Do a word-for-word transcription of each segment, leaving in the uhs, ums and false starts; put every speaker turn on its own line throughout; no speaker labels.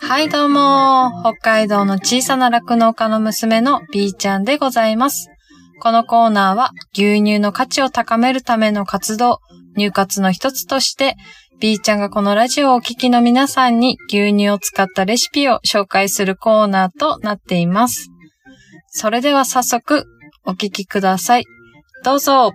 はいどうも、北海道の小さな酪農家の娘の B ちゃんでございます。このコーナーは牛乳の価値を高めるための活動、乳活の一つとして、B ちゃんがこのラジオをお聞きの皆さんに牛乳を使ったレシピを紹介するコーナーとなっています。それでは早速お聞きください。どうぞ。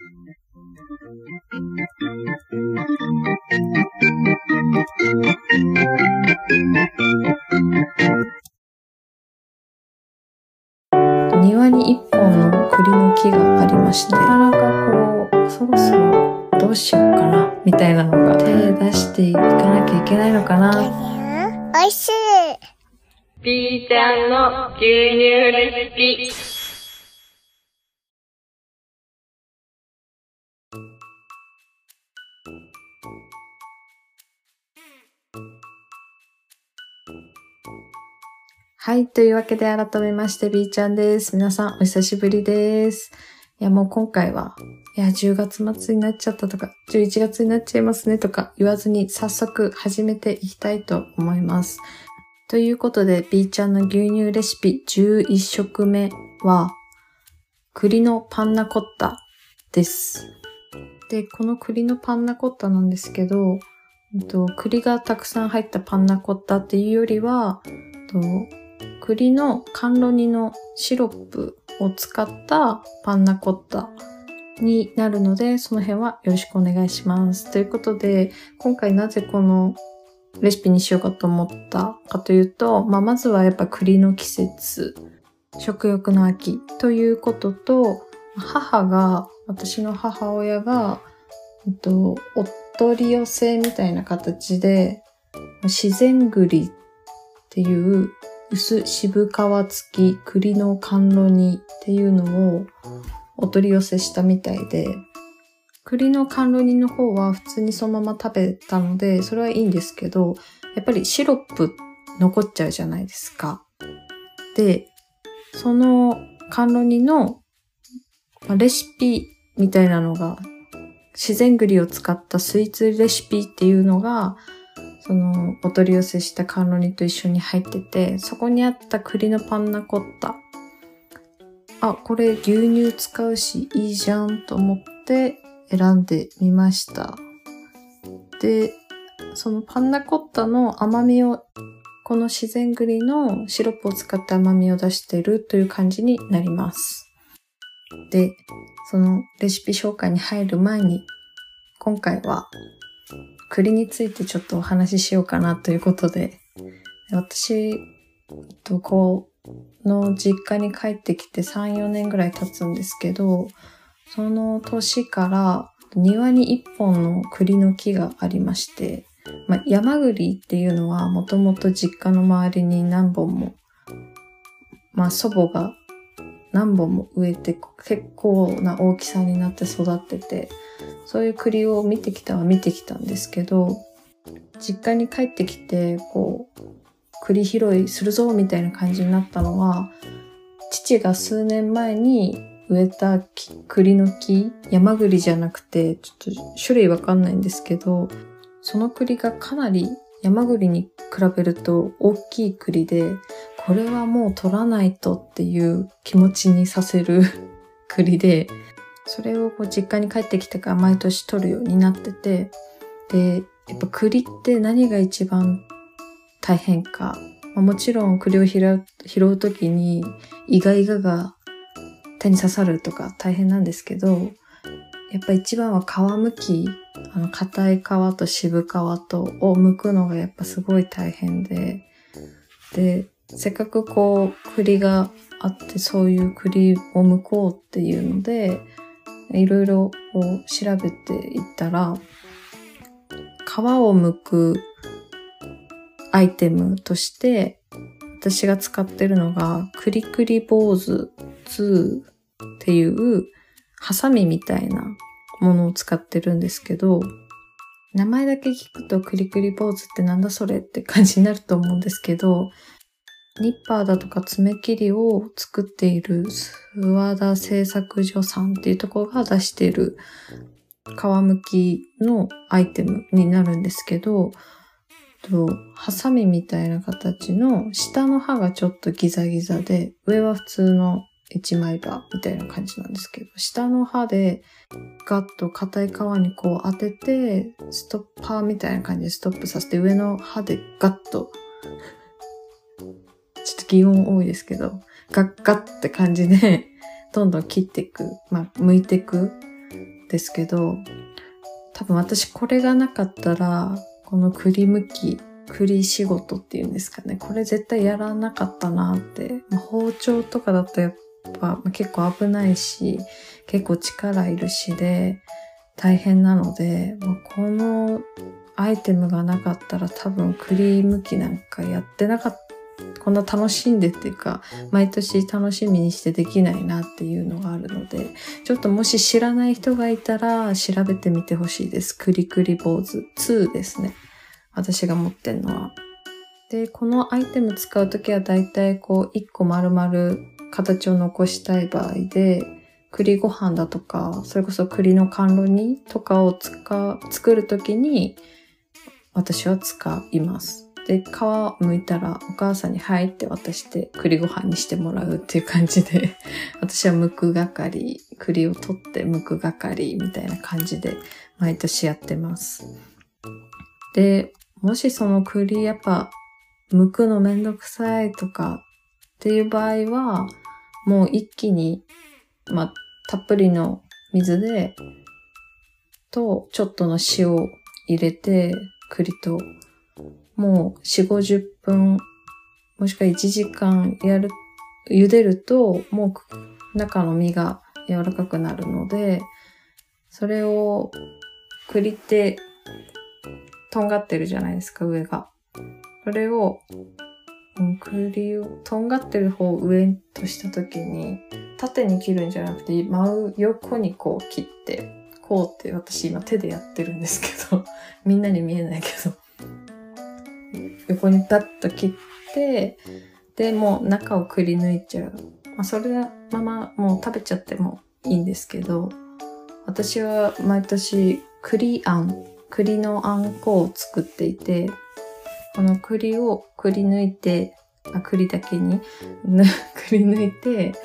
庭に一本の栗の木がありまして、なかなかこう、そろそろどうしようかな、みたいなのが手出していかなきゃいけないのかな。
おいしい。
B ちゃんの牛乳レシピ。はい。というわけで改めまして B ちゃんです。皆さんお久しぶりです。いやもう今回は、いやじゅうがつ末になっちゃったとか、じゅういちがつになっちゃいますねとか言わずに早速始めていきたいと思います。ということで B ちゃんの牛乳レシピじゅういっしょくめは、栗のパンナコッタです。で、この栗のパンナコッタなんですけど、栗がたくさん入ったパンナコッタっていうよりは、栗の甘露煮のシロップを使ったパンナコッタになるので、その辺はよろしくお願いします。ということで、今回なぜこのレシピにしようかと思ったかというと、まあ、まずはやっぱ栗の季節、食欲の秋ということと、母が、私の母親が、えっと、お取り寄せみたいな形で、自然栗っていう薄渋皮付き栗の甘露煮っていうのをお取り寄せしたみたいで、栗の甘露煮の方は普通にそのまま食べたので、それはいいんですけど、やっぱりシロップ残っちゃうじゃないですか。で、その甘露煮のレシピみたいなのが、自然栗を使ったスイーツレシピっていうのが、そのお取り寄せした甘露煮と一緒に入ってて、そこにあった栗のパンナコッタ。あ、これ牛乳使うしいいじゃんと思って選んでみました。で、そのパンナコッタの甘みを、この自然栗のシロップを使った甘みを出しているという感じになります。で、そのレシピ紹介に入る前に、今回は栗についてちょっとお話ししようかなということで、私とこの実家に帰ってきてさん、よねんぐらい経つんですけど、その年から庭に一本の栗の木がありまして、まあ、山栗っていうのはもともと実家の周りに何本も、まあ祖母が何本も植えて結構な大きさになって育ってて、そういう栗を見てきたは見てきたんですけど、実家に帰ってきてこう栗拾いするぞみたいな感じになったのは、父が数年前に植えた栗の木、山栗じゃなくてちょっと種類わかんないんですけど、その栗がかなり山栗に比べると大きい栗で、これはもう取らないとっていう気持ちにさせる栗で、それをこう実家に帰ってきてから毎年取るようになってて、で、やっぱ栗って何が一番大変か。まあ、もちろん栗を拾う、拾うときにイガイガが手に刺さるとか大変なんですけど、やっぱ一番は皮むき、あの硬い皮と渋皮とを剥くのがやっぱすごい大変で、で、せっかくこう栗があってそういう栗を剥こうっていうので、いろいろこう調べていったら、皮を剥くアイテムとして私が使ってるのがクリクリ坊主ツーっていうハサミみたいなものを使ってるんですけど、名前だけ聞くとクリクリ坊主ってなんだそれって感じになると思うんですけど、ニッパーだとか爪切りを作っている諏訪田製作所さんっていうところが出している皮むきのアイテムになるんですけど、 と、ハサミみたいな形の下の刃がちょっとギザギザで、上は普通の一枚刃みたいな感じなんですけど、下の刃でガッと硬い皮にこう当てて、ストッパーみたいな感じでストップさせて、上の刃でガッと、ちょっと擬音多いですけど、ガッガッって感じで、どんどん切っていく、まあ、剥いていくんですけど、多分私これがなかったら、この栗剥き、栗仕事っていうんですかね。これ絶対やらなかったなって。まあ、包丁とかだとやっぱ、まあ、結構危ないし、結構力いるしで大変なので、まあ、このアイテムがなかったら多分栗剥きなんかやってなかった。こんな楽しんでっていうか、毎年楽しみにしてできないなっていうのがあるので、ちょっともし知らない人がいたら調べてみてほしいです。クリクリ坊主ツーですね。私が持ってるのは。で、このアイテム使うときはだいたいこういっこ丸々形を残したい場合で、栗ご飯だとか、それこそ栗の甘露煮とかを使う、作るときに私は使います。で、皮剥いたらお母さんに入って渡して栗ご飯にしてもらうっていう感じで、私は剥く係、栗を取って剥く係みたいな感じで毎年やってます。で、もしその栗やっぱ剥くのめんどくさいとかっていう場合は、もう一気に、まあ、たっぷりの水で、とちょっとの塩を入れて、栗ともうよん、ごじゅっぷん、もしくはいちじかんやる、茹でると、もう中の身が柔らかくなるので、それを、栗って、とんがってるじゃないですか、上が。それを、栗を、とんがってる方を上としたときに、縦に切るんじゃなくて、真横にこう切って、こうって私今手でやってるんですけど、みんなに見えないけど、横にパッと切って、で、もう中をくり抜いちゃう。まあ、それのままもう食べちゃってもいいんですけど、私は毎年栗あん、栗のあんこを作っていて、この栗をくり抜いて、あ、栗だけにくり抜いて、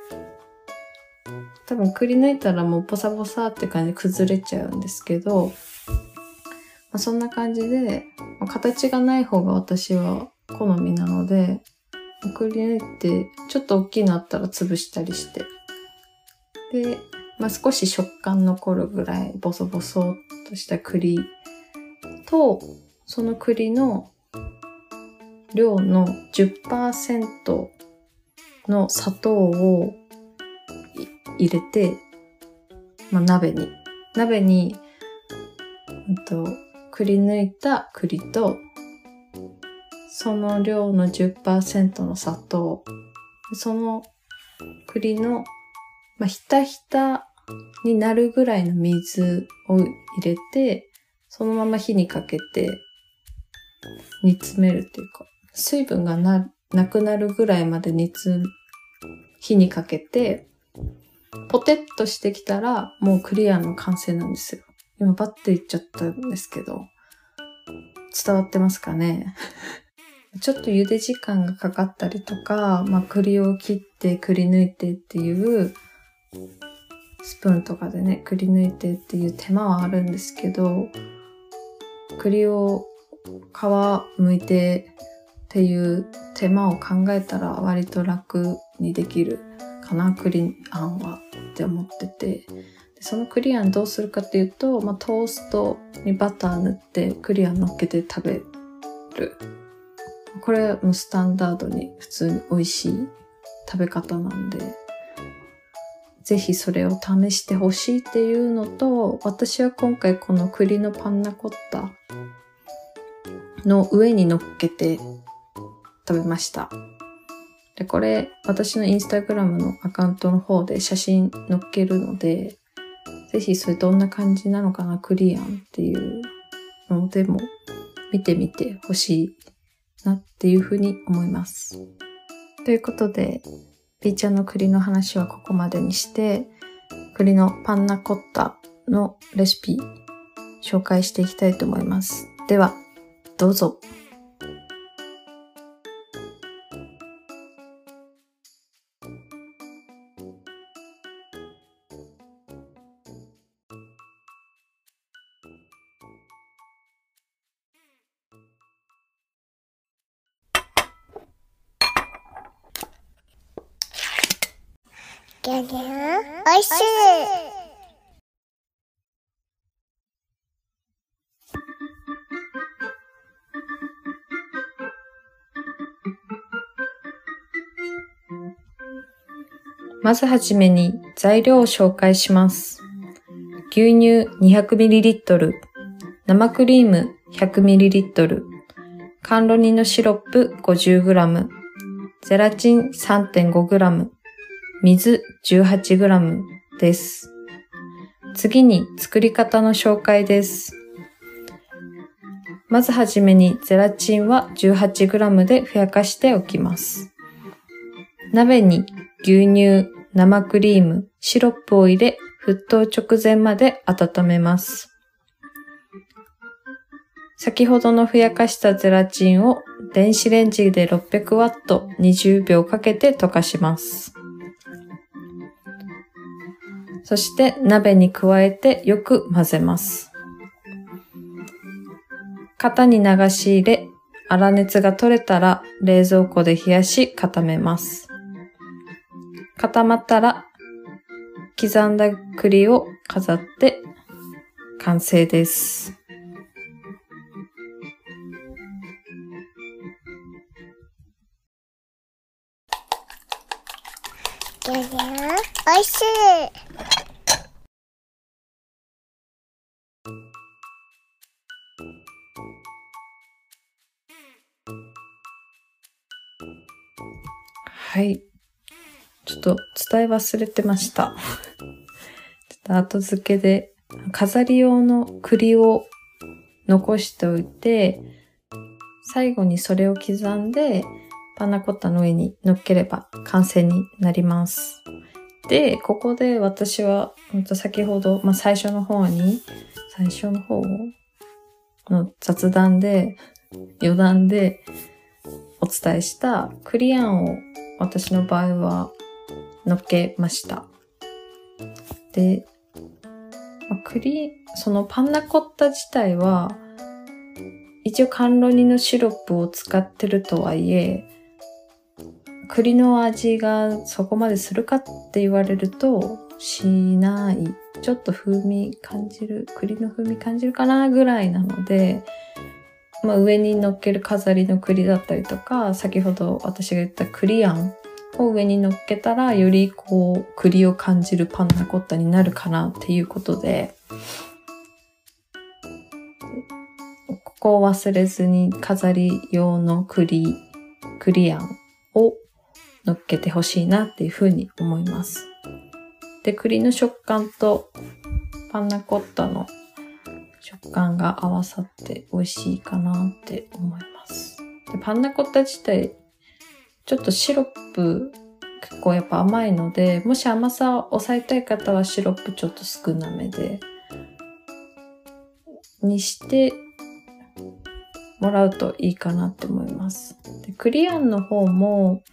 多分くり抜いたらもうボサボサって感じで崩れちゃうんですけど、まあ、そんな感じで、まあ、形がない方が私は好みなので、くり抜いて、ちょっと大きいのあったら潰したりして。で、まあ、少し食感残るぐらいボソボソっとした栗と、その栗の量の じゅっパーセント の砂糖を入れて、まあ、鍋に、鍋に、うんと、くり抜いた栗と、その量の じゅっパーセント の砂糖、その栗の、まあ、ひたひたになるぐらいの水を入れて、そのまま火にかけて煮詰めるっていうか、水分が な, なくなるぐらいまで煮詰火にかけて、ポテッとしてきたらもう栗あんの完成なんですよ。今バッて言っちゃったんですけど、伝わってますかねちょっと茹で時間がかかったりとか、まあ、栗を切ってくり抜いてっていうスプーンとかでね、くり抜いてっていう手間はあるんですけど、栗を皮剥いてっていう手間を考えたら割と楽にできるかな、栗あんはって思ってて、その栗あんどうするかっていうと、まあ、トーストにバター塗って栗あん乗っけて食べる。これもスタンダードに普通に美味しい食べ方なんで、ぜひそれを試してほしいっていうのと、私は今回この栗のパンナコッタの上に乗っけて食べました。で、これ私のインスタグラムのアカウントの方で写真載っけるので、ぜひそれどんな感じなのかな、栗あんっていうのでも見てみてほしいなっていうふうに思います。ということで、B ちゃんの栗の話はここまでにして、栗のパンナコッタのレシピ紹介していきたいと思います。では、どうぞ。 どうぞ。
ギャギャおいしい。
まずはじめに材料を紹介します。牛乳 にひゃくミリリットル、生クリーム ひゃくミリリットル、甘露煮のシロップ ごじゅうグラム、ゼラチン さんてんごグラム、水 じゅうはちグラム です。次に作り方の紹介です。まずはじめにゼラチンは じゅうはちグラム でふやかしておきます。鍋に牛乳、生クリーム、シロップを入れ、沸騰直前まで温めます。先ほどのふやかしたゼラチンを電子レンジでろっぴゃくワットにじゅうびょうかけて溶かします。そして鍋に加えてよく混ぜます。型に流し入れ、粗熱が取れたら冷蔵庫で冷やし固めます。固まったら刻んだ栗を飾って完成です。
ギャギャおいしい。
はい。ちょっと伝え忘れてました。ちょっと後付けで飾り用の栗を残しておいて、最後にそれを刻んでパンナコッタの上に乗っければ完成になります。で、ここで私は先ほど、まあ、最初の方に、最初の方の雑談で、余談でお伝えした栗あんを私の場合は乗っけました。で、まあ、栗、そのパンナコッタ自体は一応甘露煮のシロップを使ってるとはいえ、栗の味がそこまでするかって言われるとしない。ちょっと風味感じる、栗の風味感じるかなぐらいなので、まあ、上に乗っける飾りの栗だったりとか、先ほど私が言った栗あんを上に乗っけたら、よりこう栗を感じるパンナコッタになるかなっていうことで、ここを忘れずに飾り用の栗、栗あんを乗っけてほしいなっていうふうに思います。で、栗の食感とパンナコッタの食感が合わさって美味しいかなって思います。で、パンナコッタ自体、ちょっとシロップ結構やっぱ甘いので、もし甘さを抑えたい方はシロップちょっと少なめで、にしてもらうといいかなって思います。で、栗あんの方も、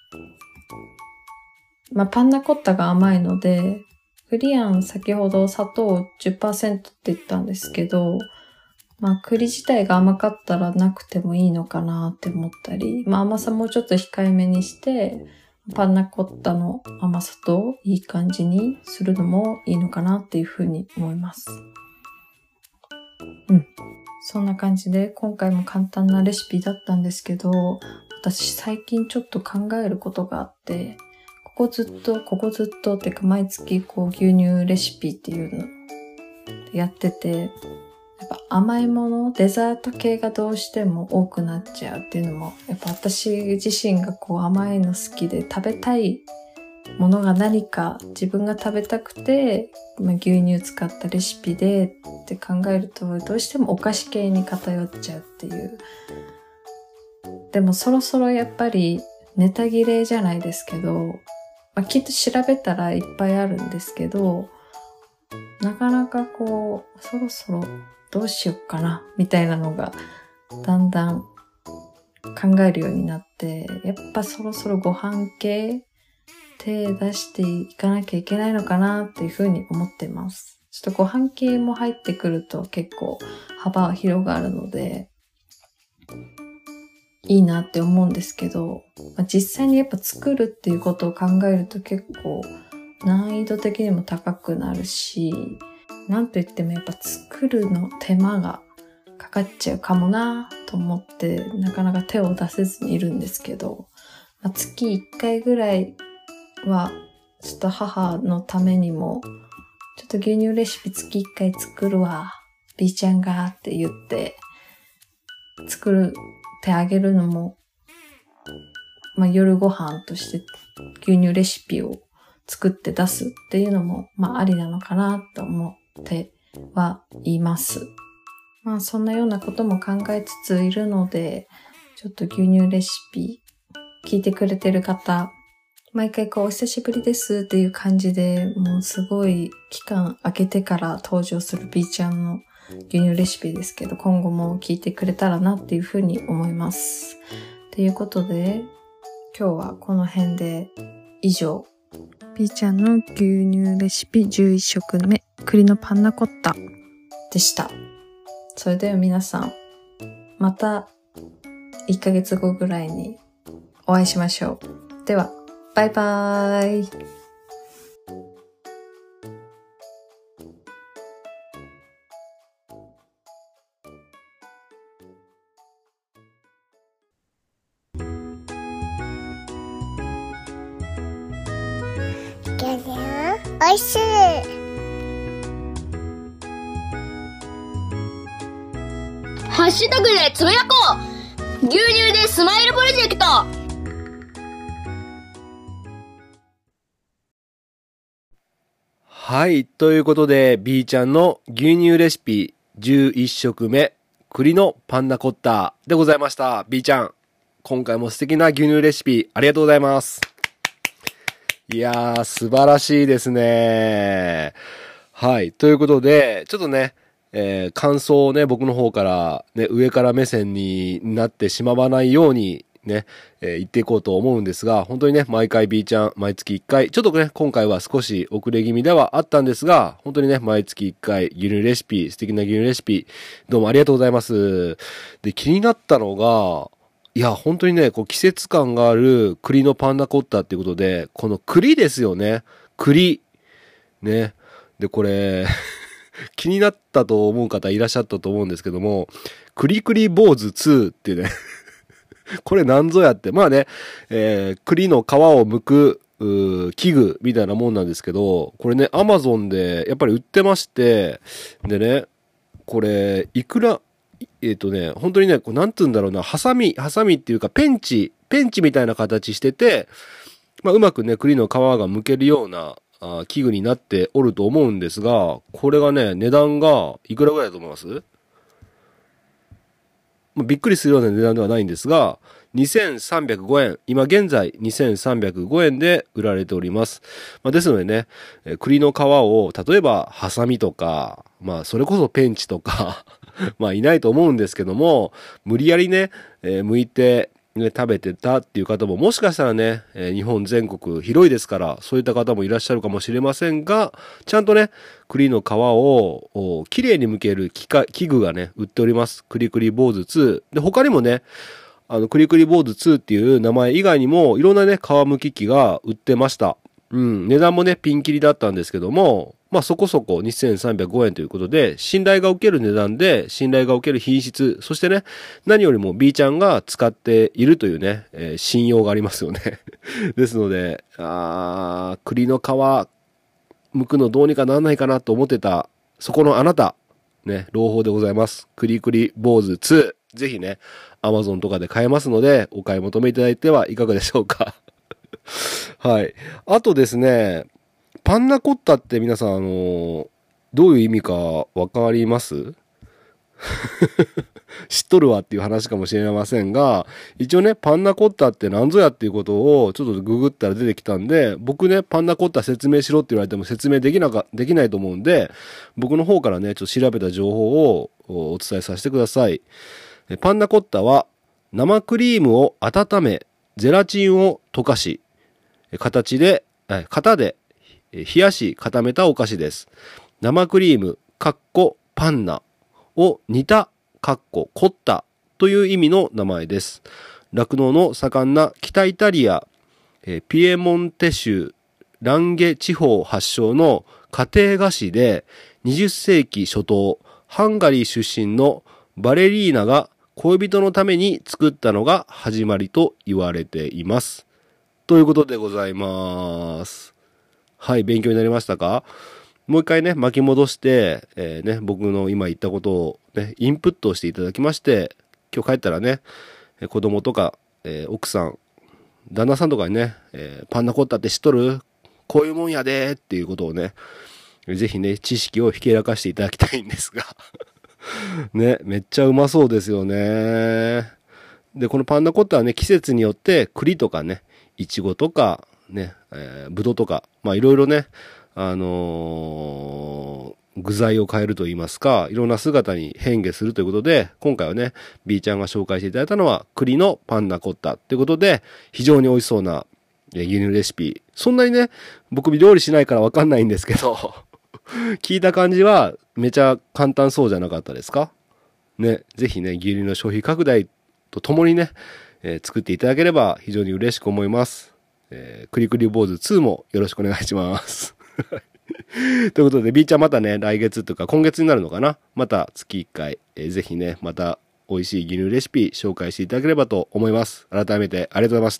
まあ、パンナコッタが甘いので、栗あん先ほど砂糖 じゅっパーセント って言ったんですけど、まあ栗自体が甘かったらなくてもいいのかなって思ったり、まあ甘さもうちょっと控えめにして、パンナコッタの甘さといい感じにするのもいいのかなっていうふうに思います。うん。そんな感じで今回も簡単なレシピだったんですけど、私最近ちょっと考えることがあって、ここずっと、ここずっとってか毎月こう牛乳レシピっていうのやってて、やっぱ甘いもの、デザート系がどうしても多くなっちゃうっていうのも、やっぱ私自身がこう甘いの好きで食べたいものが何か自分が食べたくて、まあ、牛乳使ったレシピでって考えるとどうしてもお菓子系に偏っちゃうっていう。でもそろそろやっぱりネタ切れじゃないですけど、まあ、きっと調べたらいっぱいあるんですけど、なかなかこう、そろそろどうしよっかな、みたいなのがだんだん考えるようになって、やっぱそろそろご飯系手出していかなきゃいけないのかなっていうふうに思ってます。ちょっとご飯系も入ってくると結構幅は広がるので、いいなって思うんですけど、まあ、実際にやっぱ作るっていうことを考えると結構難易度的にも高くなるし、なんといってもやっぱ作るの手間がかかっちゃうかもなと思って、なかなか手を出せずにいるんですけど、まあ、月いっかいぐらいはちょっと母のためにもちょっと牛乳レシピ月いっかい作るわ B ちゃんがって言って作るってあげるのも、まあ、夜ご飯として牛乳レシピを作って出すっていうのもまあありなのかなと思ってはいます。まあそんなようなことも考えつついるので、ちょっと牛乳レシピ聞いてくれてる方、毎回こうお久しぶりですっていう感じで、もうすごい期間空けてから登場する B ちゃんの牛乳レシピですけど、今後も聞いてくれたらなっていうふうに思います。ということで、今日はこの辺で以上、B ちゃんの牛乳レシピじゅういっ食目、栗のパンナコッタでした。それでは皆さん、またいっかげつごぐらいにお会いしましょう。では、バイバーイ。
ギャギャンおいしい。
ハッシュタグでつぶやこう。牛乳でスマイルプロジェクト。
はい。ということで、B ちゃんの牛乳レシピじゅういっ食目、栗のパンナコッタでございました。B ちゃん、今回も素敵な牛乳レシピありがとうございます。いやー、素晴らしいですね。はい。ということで、ちょっとね、えー、感想をね、僕の方から、ね、上から目線になってしまわないように、ね、えー、言っていこうと思うんですが、本当にね、毎回 B ちゃん、毎月いっかい、ちょっとね、今回は少し遅れ気味ではあったんですが、本当にね、毎月いっかい、牛乳レシピ、素敵な牛乳レシピ、どうもありがとうございます。で、気になったのが、いや、本当にね、こう季節感がある栗のパンナコッタっていうことで、この栗ですよね。栗。ね。で、これ、気になったと思う方いらっしゃったと思うんですけども、クリクリ坊主ツーっていうね、これなんぞやって、まあね、えー、栗の皮を剥く、器具みたいなもんなんですけど、これね、アマゾンでやっぱり売ってまして、でね、これ、いくら、えっとね、本当にね、こうなんつうんだろうな、ハサミ、ハサミっていうかペンチ、ペンチみたいな形してて、まあうまくね、栗の皮が剥けるような、あ器具になっておると思うんですが、これがね、値段がいくらぐらいだと思います？まあ、びっくりするような値段ではないんですが、にせんさんびゃくごえん、今現在にせんさんびゃくごえんで売られております。まあ、ですのでね、え栗の皮を、例えばハサミとか、まあそれこそペンチとか、まあいないと思うんですけども、無理やりね、えー、剥いて、ね、食べてたっていう方ももしかしたらね、えー、日本全国広いですから、そういった方もいらっしゃるかもしれませんが、ちゃんとね、栗の皮をきれいに剥ける機械器具がね、売っております。クリクリ坊主ツー。で、他にもね、あの、クリクリ坊主ツーっていう名前以外にも、いろんなね、皮剥き機が売ってました。うん、値段もね、ピンキリだったんですけども、まあそこそこにせんさんびゃくごえんということで、信頼が受ける値段で、信頼が受ける品質、そしてね、何よりも B ちゃんが使っているというね、えー、信用がありますよね。ですので、あー、栗の皮、剥くのどうにかならないかなと思ってた、そこのあなた、ね、朗報でございます。クリクリ坊主ツー。ぜひね、Amazon とかで買えますので、お買い求めいただいてはいかがでしょうか。はい。あとですね、パンナコッタって皆さん、あの、どういう意味かわかります知っとるわっていう話かもしれませんが、一応ね、パンナコッタって何ぞやっていうことをちょっとググったら出てきたんで、僕ね、パンナコッタ説明しろって言われても説明できなか、できないと思うんで、僕の方からね、ちょっと調べた情報をお伝えさせてください。 パンナコッタは生クリームを温め、ゼラチンを溶かし、形で、型で冷やし固めたお菓子です。生クリーム、かっこパンナを煮た、かっこコッタという意味の名前です。酪農の盛んな北イタリア、ピエモンテ州ランゲ地方発祥の家庭菓子で、にじゅっせいき初頭、ハンガリー出身のバレリーナが恋人のために作ったのが始まりと言われています。ということでございます。はい、勉強になりましたか？もう一回ね、巻き戻して、えー、ね、僕の今言ったことをね、インプットしていただきまして、今日帰ったらね、子供とか、えー、奥さん、旦那さんとかにね、えー、パンナコッタって知っとる？こういうもんやでっていうことをね、ぜひね、知識をひけらかしていただきたいんですが。ね、めっちゃうまそうですよね。で、このパンナコッタはね、季節によって栗とかね、いちごとか、ね、えー、ぶどうとか、まあいろいろね、あのー、具材を変えると言いますか、いろんな姿に変化するということで、今回はね、B ちゃんが紹介していただいたのは、栗のパンナコッタということで、非常に美味しそうな牛乳レシピ。そんなにね、僕料理しないからわかんないんですけど、聞いた感じはめちゃ簡単そうじゃなかったですかね。ぜひね、牛乳の消費拡大とともにね、えー、作っていただければ非常に嬉しく思います。えー、クリクリ坊主ツーもよろしくお願いします。ということで、B ちゃんまたね、来月とか今月になるのかな、また月いっかい、えー、ぜひね、また美味しい牛乳レシピ紹介していただければと思います。改めてありがとうございました。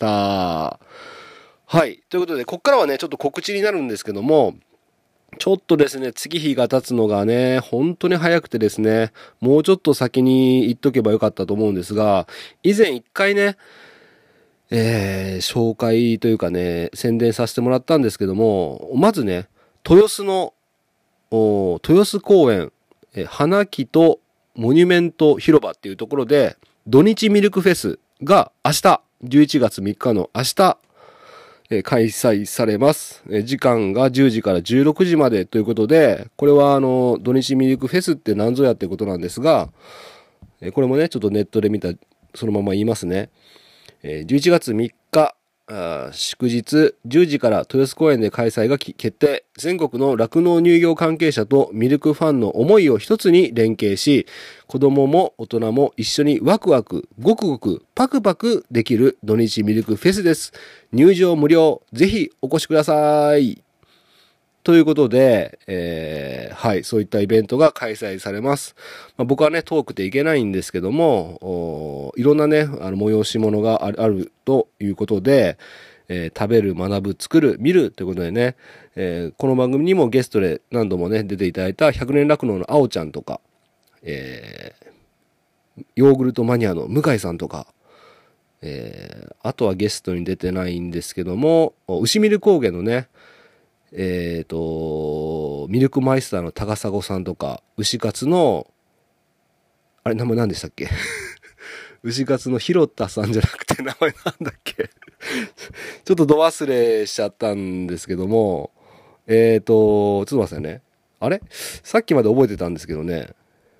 はい。ということで、こっからはね、ちょっと告知になるんですけども、ちょっとですね、月日が経つのがね、本当に早くてですね、もうちょっと先に言っとけばよかったと思うんですが、以前一回ね、えー、紹介というかね、宣伝させてもらったんですけども、まずね、豊洲の、豊洲公園、え花木とモニュメント広場っていうところで、土日ミルクフェスが明日、じゅういちがつみっかの明日、開催されます。時間がじゅうじからじゅうろくじまでということで、これはあの、土日ミルクフェスって何ぞやってことなんですが、これもね、ちょっとネットで見た、そのまま言いますね。じゅういちがつみっか、祝日じゅうじから豊洲公園で開催が決定。全国の酪農乳業関係者とミルクファンの思いを一つに連携し、子供も大人も一緒にワクワク、ごくごく、パクパクできる土日ミルクフェスです。入場無料。ぜひお越しください。ということで、えー、はい、そういったイベントが開催されます。まあ、僕はね、遠くて行けないんですけども、いろんなね、あの催し物がある、あるということで、えー、食べる、学ぶ、作る、見るということでね、えー、この番組にもゲストで何度もね、出ていただいたひゃくねん酪農のあおちゃんとか、えー、ヨーグルトマニアの向井さんとか、えー、あとはゲストに出てないんですけども、牛見る高原のね、えっと、ミルクマイスターの高砂さんとか、牛カツの、あれ、名前何でしたっけ牛カツの広田さんじゃなくて名前なんだっけちょっとど忘れしちゃったんですけども、えっと、ちょっと待ってくださいね。あれさっきまで覚えてたんですけどね。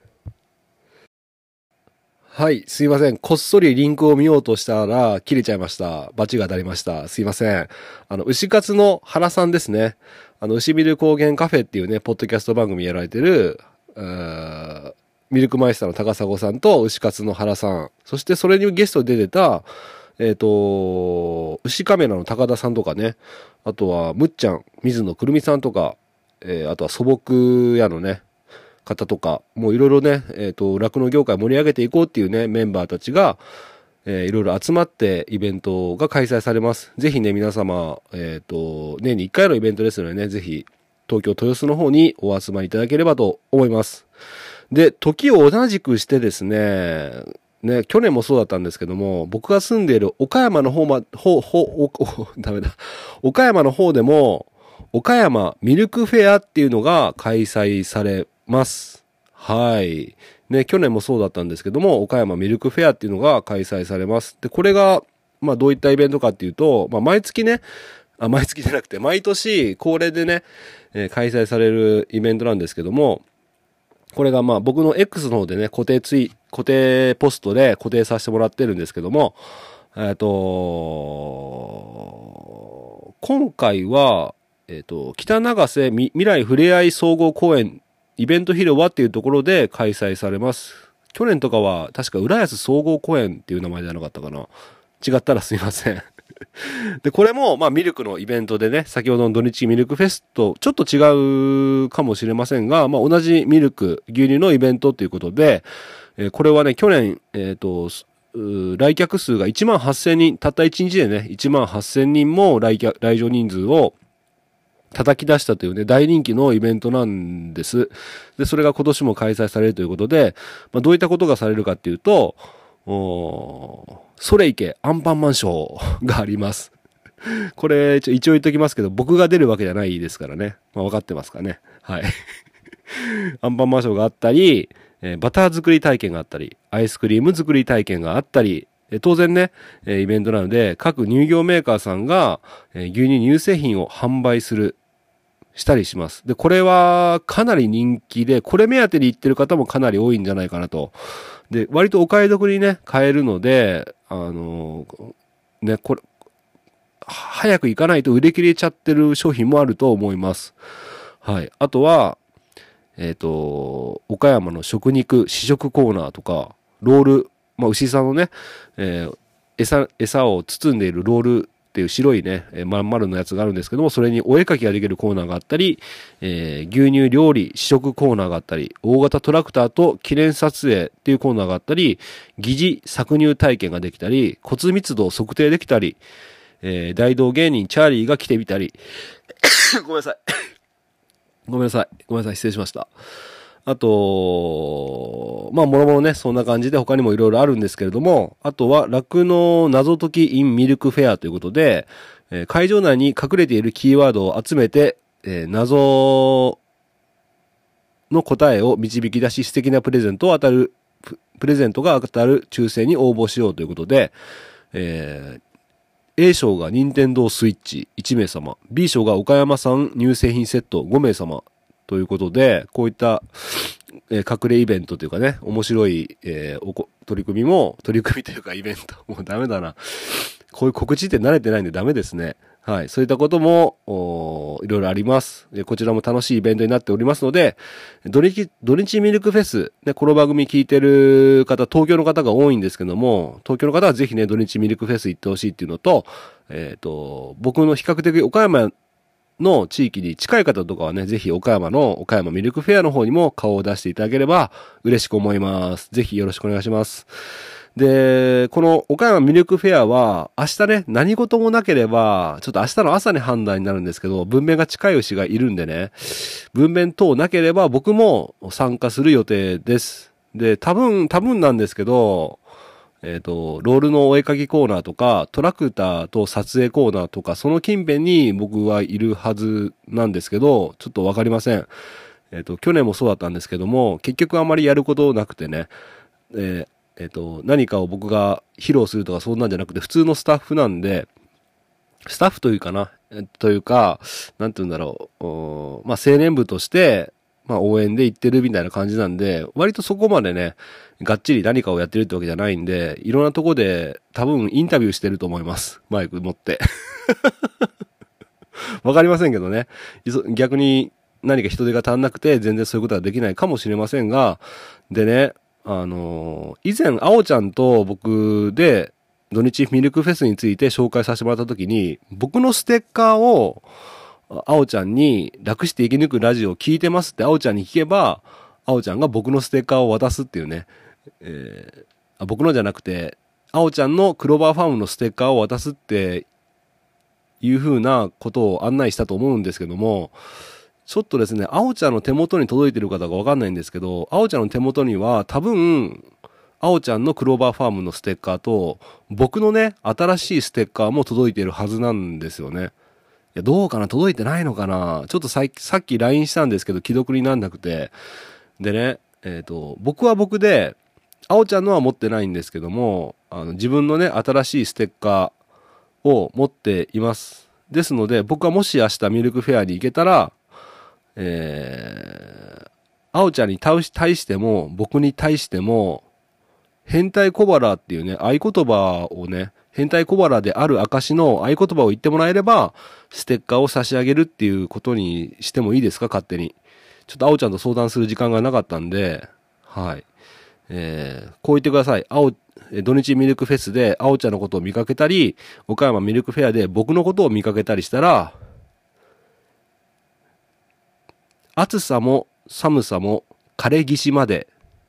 はい、すいません。こっそりリンクを見ようとしたら切れちゃいました。バチが当たりました。すいません。あの、牛カツの原さんですね。あの、牛見る高原カフェっていうね、ポッドキャスト番組やられてる、ミルクマイスターの高砂さんと牛カツの原さん。そしてそれにゲストで出てた、えっと、牛カメラの高田さんとかね。あとは、むっちゃん、水野くるみさんとか、えー、あとは素朴屋のね、方とか、もういろいろね、えっと、酪農業界盛り上げていこうっていうね、メンバーたちが、えー、いろいろ集まってイベントが開催されます。ぜひね、皆様、えっと、年にいっかいのイベントですのでね、ぜひ、東京豊洲の方にお集まりいただければと思います。で、時を同じくしてですね、ね、去年もそうだったんですけども、僕が住んでいる岡山の方ま、ほ、ほ、お、お、ダメだ。岡山の方でも、岡山ミルクフェアっていうのが開催されます。はい。ね、去年もそうだったんですけども、岡山ミルクフェアっていうのが開催されます。で、これが、まあどういったイベントかっていうと、まあ毎月ね、あ、毎月じゃなくて、毎年恒例でね、えー、開催されるイベントなんですけども、これがまあ僕の X の方でね、固定ツイ、 固定ポストで固定させてもらってるんですけども、えっと、今回は、えっと、北長瀬未来ふれあい総合公園イベント広場っていうところで開催されます。去年とかは確か浦安総合公園っていう名前じゃなかったかな。違ったらすいません。で、これも、まあ、ミルクのイベントでね、先ほどの土日ミルクフェスとちょっと違うかもしれませんが、まあ、同じミルク、牛乳のイベントということで、えー、これはね、去年、えっと、来客数がいちまんはっせんにん、たったいちにちでね、いちまんはっせんにんも来客、来場人数を叩き出したというね、大人気のイベントなんです。で、それが今年も開催されるということで、まあ、どういったことがされるかっていうと、おそれいけアンパンマンショーがあります。これ、ちょ一応言っときますけど、僕が出るわけじゃないですからね。まあ、分かってますかね。はい。アンパンマンショーがあったり、えー、バター作り体験があったり、アイスクリーム作り体験があったり、えー、当然ね、えー、イベントなので、各乳業メーカーさんが、えー、牛乳乳製品を販売する、したりします。で、これはかなり人気で、これ目当てに行ってる方もかなり多いんじゃないかなと。で、割とお買い得にね、買えるので、あのー、ね、これ、早く行かないと売り切れちゃってる商品もあると思います。はい。あとは、えっと、岡山の食肉、試食コーナーとか、ロール、まあ、牛さんのね、えー、餌、餌を包んでいるロールっていう白いね、えー、まん丸のやつがあるんですけども、それにお絵描きができるコーナーがあったり、えー、牛乳料理試食コーナーがあったり、大型トラクターと記念撮影っていうコーナーがあったり、疑似搾乳体験ができたり、骨密度を測定できたり、えー、大道芸人チャーリーが来てみたり、ごめんなさい。ごめんなさい。ごめんなさい。失礼しました。あと、まあ、もろもろね、そんな感じで他にもいろいろあるんですけれども、あとは、酪農謎解き in ミルクフェアということで、えー、会場内に隠れているキーワードを集めて、えー、謎の答えを導き出し、素敵なプレゼントを当たる、プレゼントが当たる抽選に応募しようということで、えー、A 賞が任天堂スイッチいちめいさま、B 賞が岡山産乳製品セットごめいさまということで、こういった、えー、隠れイベントというかね、面白い、えー、おこ取り組みも、取り組みというかイベント、もうダメだな。こういう告知って慣れてないんでダメですね。はい。そういったことも、いろいろあります。こちらも楽しいイベントになっておりますので、土日、土日ミルクフェス、ね、この番組聞いてる方、東京の方が多いんですけども、東京の方はぜひね、土日ミルクフェス行ってほしいっていうのと、えっと、僕の比較的岡山の地域に近い方とかはね、ぜひ岡山の岡山ミルクフェアの方にも顔を出していただければ嬉しく思います。ぜひよろしくお願いします。で、この岡山ミルクフェアは、明日ね、何事もなければ、ちょっと明日の朝に判断になるんですけど、分娩が近い牛がいるんでね、分娩等なければ僕も参加する予定です。で、多分、多分なんですけど、えっと、ロールのお絵描きコーナーとか、トラクターと撮影コーナーとか、その近辺に僕はいるはずなんですけど、ちょっとわかりません。えっと、去年もそうだったんですけども、結局あまりやることなくてね、えーえっと、何かを僕が披露するとかそんなんじゃなくて、普通のスタッフなんで、スタッフというかな、というか、なんて言うんだろう、まあ、青年部として、まあ、応援で行ってるみたいな感じなんで、割とそこまでね、がっちり何かをやってるってわけじゃないんで、いろんなとこで多分インタビューしてると思います。マイク持って。わかりませんけどね。逆に何か人手が足んなくて全然そういうことはできないかもしれませんが、でね、あのー、以前、あおちゃんと僕で、土日ミルクフェスについて紹介させてもらったときに、僕のステッカーを、あおちゃんに楽して生き抜くラジオを聞いてますってあおちゃんに聞けば、あおちゃんが僕のステッカーを渡すっていうね、えー、あ僕のじゃなくて、あおちゃんのクローバーファームのステッカーを渡すっていう風なことを案内したと思うんですけども、ちょっとですね、あおちゃんの手元に届いてる方がわかんないんですけど、あおちゃんの手元には多分、あおちゃんのクローバーファームのステッカーと、僕のね、新しいステッカーも届いているはずなんですよね。いや、どうかな、届いてないのかな。ちょっとさっき、さっき ライン したんですけど、既読になんなくて。でね、えっと、僕は僕で、あおちゃんのは持ってないんですけども、あの自分のね、新しいステッカーを持っています。ですので、僕はもし明日ミルクフェアに行けたら、えー、あおちゃんに対しても、僕に対しても、 変態小腹っていうね、合言葉をね、変態小腹である証の合言葉を言ってもらえれば、ステッカーを差し上げるっていうことにしてもいいですか、勝手に。ちょっとあおちゃんと相談する時間がなかったんで、はい。えー、こう言ってください。あお、土日ミルクフェスであおちゃんのことを見かけたり、岡山ミルクフェアで僕のことを見かけたりしたら、暑さも寒さも枯れ岸まで、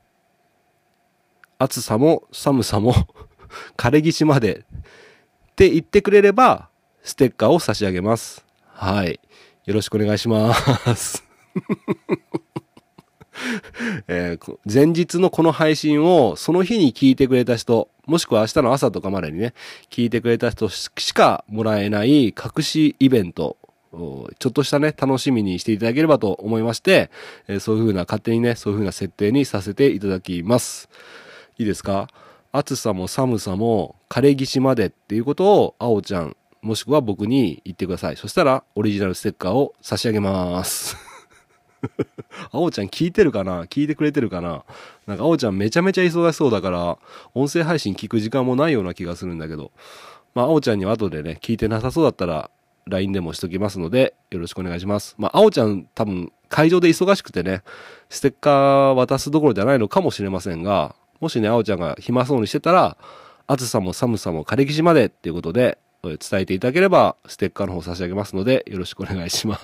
暑さも寒さも枯れ岸までって言ってくれれば、ステッカーを差し上げます。はい。よろしくお願いします。えー、前日のこの配信をその日に聞いてくれた人、もしくは明日の朝とかまでにね、聞いてくれた人しかもらえない隠しイベント、ちょっとしたね、楽しみにしていただければと思いまして、えー、そういう風な、勝手にね、そういう風な設定にさせていただきます。いいですか？暑さも寒さも枯れ岸までっていうことを、あおちゃん、もしくは僕に言ってください。そしたら、オリジナルステッカーを差し上げます。あおちゃん聞いてるかな？聞いてくれてるかな？なんかあおちゃんめちゃめちゃ忙しそうだから、音声配信聞く時間もないような気がするんだけど、まああおちゃんには後でね、聞いてなさそうだったら、ライン でもしときますので、よろしくお願いします。まああおちゃん多分会場で忙しくてね、ステッカー渡すどころじゃないのかもしれませんが、もしね、あおちゃんが暇そうにしてたら、暑さも寒さも枯れ岸までっていうことで、伝えていただければ、ステッカーの方差し上げますので、よろしくお願いします。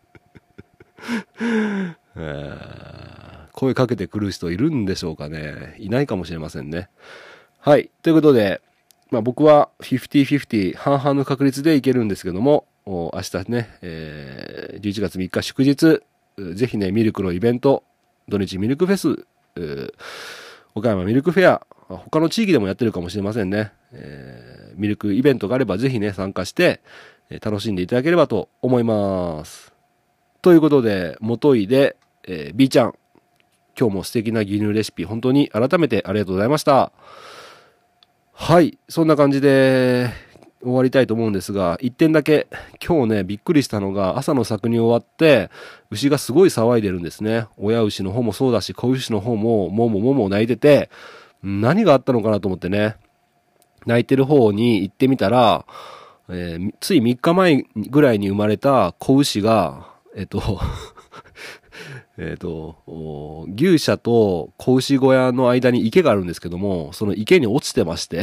えー、声かけてくる人いるんでしょうかね。いないかもしれませんね。はい。ということで、まあ僕はフィフティーフィフティー半々の確率でいけるんですけども、明日ね、えー、じゅういちがつみっか祝日、ぜひね、ミルクのイベント、土日ミルクフェス、えー、岡山ミルクフェア、他の地域でもやってるかもしれませんね。えー、ミルクイベントがあればぜひね、参加して、えー、楽しんでいただければと思います。ということで、元井で、えー、B ちゃん、今日も素敵な牛乳レシピ、本当に改めてありがとうございました。はい、そんな感じで終わりたいと思うんですが、一点だけ、今日ね、びっくりしたのが、朝の搾乳終わって、牛がすごい騒いでるんですね。親牛の方もそうだし、子牛の方も、もももも泣いてて、何があったのかなと思ってね、泣いてる方に行ってみたら、えー、ついみっかまえぐらいに生まれた子牛が、えっと、えっと、牛舎と子牛小屋の間に池があるんですけども、その池に落ちてまして、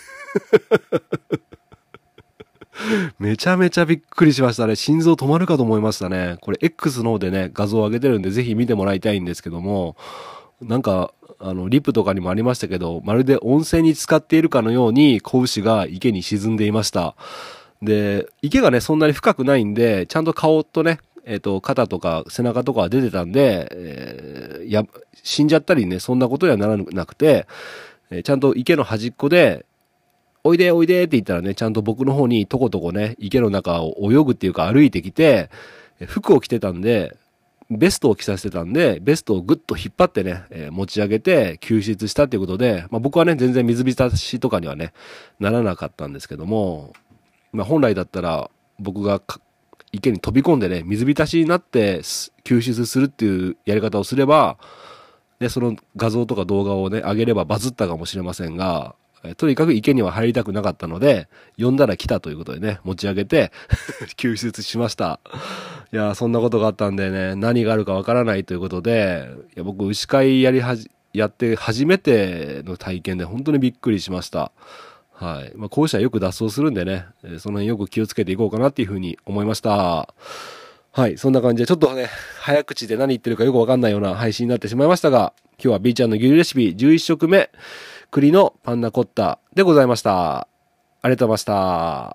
めちゃめちゃびっくりしましたね。心臓止まるかと思いましたね。これ X の方でね、画像を上げてるんで、ぜひ見てもらいたいんですけども、なんか、あの、リップとかにもありましたけど、まるで温泉に浸かっているかのように、子牛が池に沈んでいました。で、池がね、そんなに深くないんで、ちゃんと顔とね、えっと、肩とか背中とかは出てたんで、えー、や、死んじゃったりね、そんなことにはならなくて、えー、ちゃんと池の端っこで、おいでおいでって言ったらね、ちゃんと僕の方にとことこね、池の中を泳ぐっていうか歩いてきて、服を着てたんで、ベストを着させてたんで、ベストをぐっと引っ張ってね、えー、持ち上げて救出したっていうことで、まあ僕はね、全然水浸しとかにはね、ならなかったんですけども、まあ本来だったら僕が池に飛び込んでね、水浸しになって救出するっていうやり方をすれば、で、その画像とか動画をね、上げればバズったかもしれませんが、とにかく池には入りたくなかったので、呼んだら来たということでね、持ち上げて、救出しました。いや、そんなことがあったんでね、何があるかわからないということで、いや僕、牛飼いやりはじ、やって初めての体験で本当にびっくりしました。はい。まあ、後者はよく脱走するんでね、その辺よく気をつけていこうかなっていうふうに思いました。はい。そんな感じで、ちょっとね、早口で何言ってるかよくわかんないような配信になってしまいましたが、今日は B ちゃんの牛乳レシピじゅういっ食目、栗のパンナコッタでございました。ありがとうございました。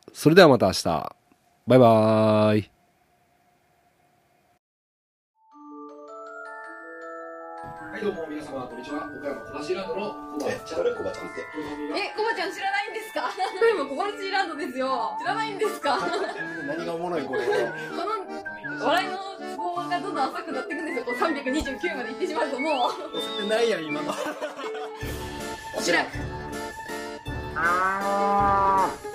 それではまた明日。バイバーイ。はいどうも皆様こんにちは。岡山小橋ランドのコバちゃん。コバちゃんって。
え、コバちゃん知らないんですか？これも小橋ランドですよ。知らないんですか？
何がおもろいこれ。
この笑いのツボがどんどん浅くなっていくんですよ。こうさんびゃくにじゅうきゅうまで行ってしまうともう。
押せてないやん今の。
知らん。
あー